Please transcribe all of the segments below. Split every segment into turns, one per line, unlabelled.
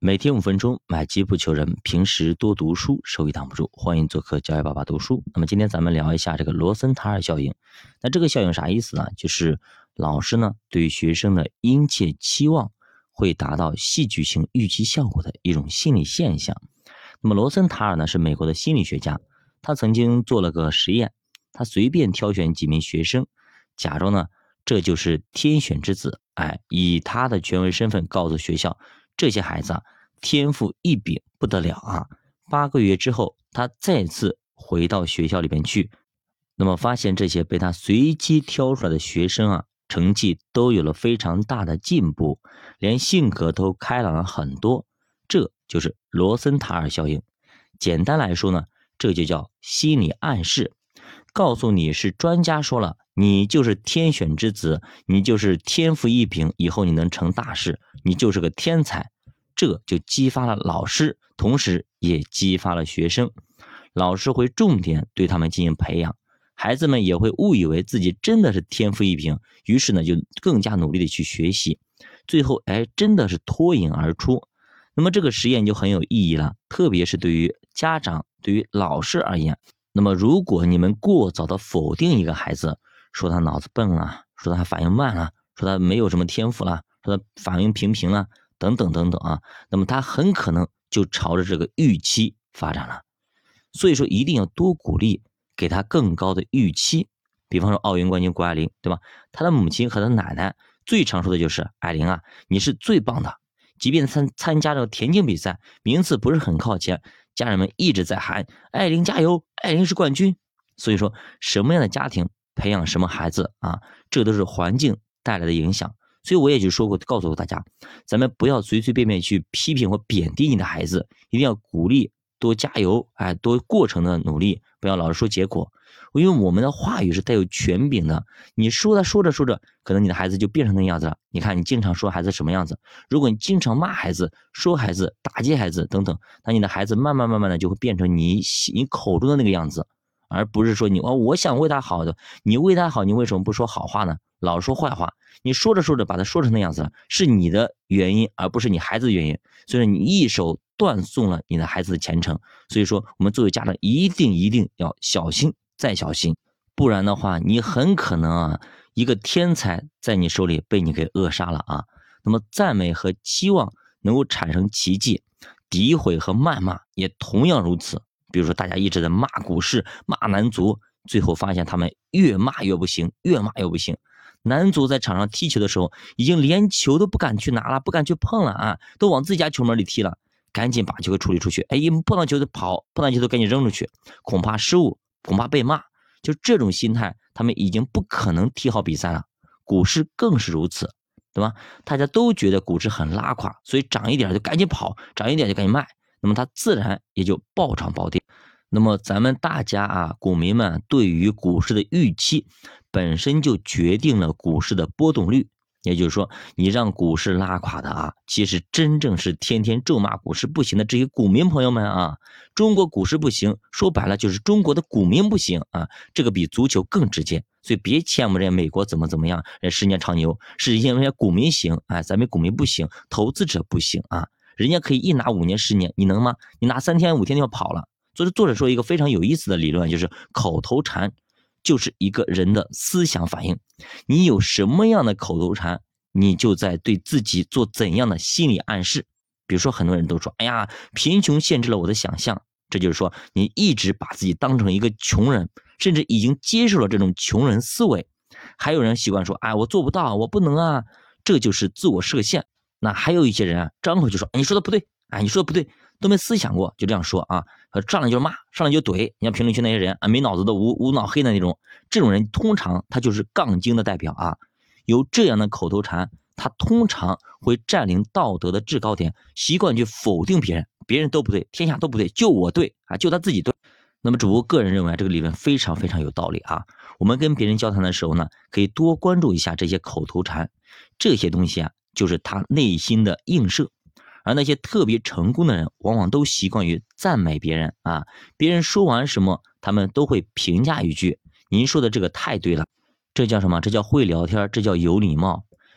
每天5分钟，买机不求人，平时多读书，收益挡不住。欢迎做客教育爸爸读书。那么今天咱们聊一下这个罗森塔尔效应。那这个效应啥意思呢？就是老师呢对于学生的殷切期望会达到戏剧性预期效果的一种心理现象。那么罗森塔尔呢是美国的心理学家，他曾经做了个实验，他随便挑选几名学生，假装呢这就是天选之子，以他的权威身份告诉学校，这些孩子天赋异禀不得了啊！8个月之后，他再次回到学校里边去，那么发现这些被他随机挑出来的学生成绩都有了非常大的进步，连性格都开朗了很多。这就是罗森塔尔效应。简单来说呢，这就叫心理暗示，告诉你是专家说了，你就是天选之子，你就是天赋异禀，以后你能成大事，你就是个天才。这就激发了老师，同时也激发了学生。老师会重点对他们进行培养，孩子们也会误以为自己真的是天赋异禀，于是呢就更加努力的去学习，最后真的是脱颖而出。那么这个实验就很有意义了，特别是对于家长、对于老师而言。那么如果你们过早的否定一个孩子，说他脑子笨了，说他反应慢了，说他没有什么天赋了，说他反应平平了，等等等等那么他很可能就朝着这个预期发展了。所以说一定要多鼓励，给他更高的预期。比方说奥运冠军谷爱凌，对吧？他的母亲和他奶奶最常说的就是爱玲你是最棒的。即便参加这个田径比赛，名次不是很靠前，家人们一直在喊爱玲加油，爱玲是冠军。所以说什么样的家庭培养什么孩子这都是环境带来的影响。所以我也就说过，告诉过大家，咱们不要随随便便去批评或贬低你的孩子，一定要鼓励，多加油，多过程的努力，不要老是说结果。因为我们的话语是带有权柄的，你说着说着，可能你的孩子就变成那样子了。你看你经常说孩子什么样子，如果你经常骂孩子、说孩子、打击孩子等等，那你的孩子慢慢的就会变成你口中的那个样子，而不是说我想为他好的，你为他好，你为什么不说好话呢？老说坏话，你说着把他说成那样子了，是你的原因，而不是你孩子的原因。所以说你一手断送了你的孩子的前程。所以说我们作为家长一定要小心再小心，不然的话你很可能一个天才在你手里被你给扼杀了那么赞美和期望能够产生奇迹，诋毁和谩骂也同样如此。比如说大家一直在骂股市、骂男足，最后发现他们越骂越不行，越骂越不行。男足在场上踢球的时候，已经连球都不敢去拿了，不敢去碰了都往自己家球门里踢了，赶紧把球给处理出去。一碰到球就跑，碰到球都赶紧扔出去，恐怕失误，恐怕被骂。就这种心态，他们已经不可能踢好比赛了。股市更是如此，对吧？大家都觉得股市很拉垮，所以涨一点就赶紧跑，涨一点就赶紧卖，那么它自然也就暴涨暴跌。那么咱们大家股民们对于股市的预期本身就决定了股市的波动率。也就是说，你让股市拉垮的其实真正是天天咒骂股市不行的这些股民朋友们中国股市不行，说白了就是中国的股民不行这个比足球更直接。所以别羡慕人家美国怎么样，人10年长牛，是因为人家股民行咱们股民不行，投资者不行人家可以一拿5年10年，你能吗？你拿3天5天就跑了。所以作者说一个非常有意思的理论，就是口头禅就是一个人的思想反应。你有什么样的口头禅，你就在对自己做怎样的心理暗示。比如说很多人都说贫穷限制了我的想象，这就是说你一直把自己当成一个穷人，甚至已经接受了这种穷人思维。还有人习惯说我做不到，我不能这就是自我设限。那还有一些人张口就说你说的不对你说的不对，都没思想过，就这样说上来就骂，上来就怼。你像评论区那些人没脑子的无脑黑的那种，这种人通常他就是杠精的代表有这样的口头禅，他通常会占领道德的制高点，习惯去否定别人，别人都不对，天下都不对，就我对就他自己对。那么主播个人认为这个理论非常非常有道理我们跟别人交谈的时候呢，可以多关注一下这些口头禅，这些东西就是他内心的映射。而那些特别成功的人往往都习惯于赞美别人别人说完什么他们都会评价一句您说的这个太对了。这叫什么？这叫会聊天，这叫有礼貌。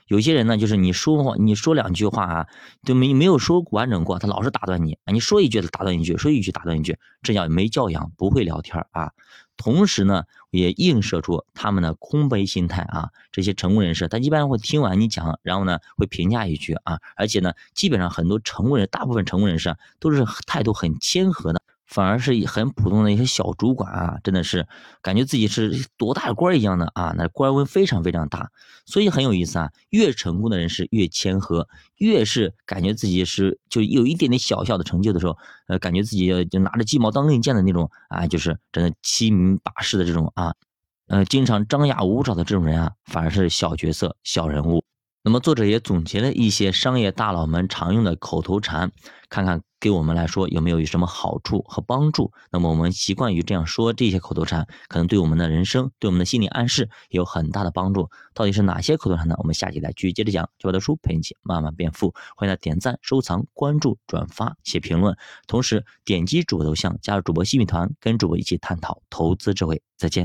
有些人呢，就是你说两句话啊，就没有说完整过，他老是打断你啊，你说一句打断一句，说一句打断一句，这叫没教养，不会聊天啊。同时呢，也映射出他们的空杯心态啊。这些成功人士，他一般会听完你讲，然后呢会评价一句啊，而且呢，基本上很多成功人，大部分成功人士啊，都是态度很谦和的。反而是很普通的一些小主管啊，真的是感觉自己是多大的官一样的啊，那官威非常非常大，所以很有意思啊。越成功的人是越谦和，越是感觉自己是就有一点点小小的成就的时候，感觉自己就拿着鸡毛当令箭的那种啊，就是真的欺民霸市的这种啊，经常张牙舞爪的这种人啊，反而是小角色、小人物。那么作者也总结了一些商业大佬们常用的口头禅，看看给我们来说有没有什么好处和帮助。那么我们习惯于这样说这些口头禅，可能对我们的人生、对我们的心理暗示也有很大的帮助。到底是哪些口头禅呢？我们下期再继续接着讲。教我的书陪你一起慢慢变富，欢迎大家点赞、收藏、关注、转发、写评论，同时点击主播头像加入主播新米团，跟主播一起探讨投资智慧。再见。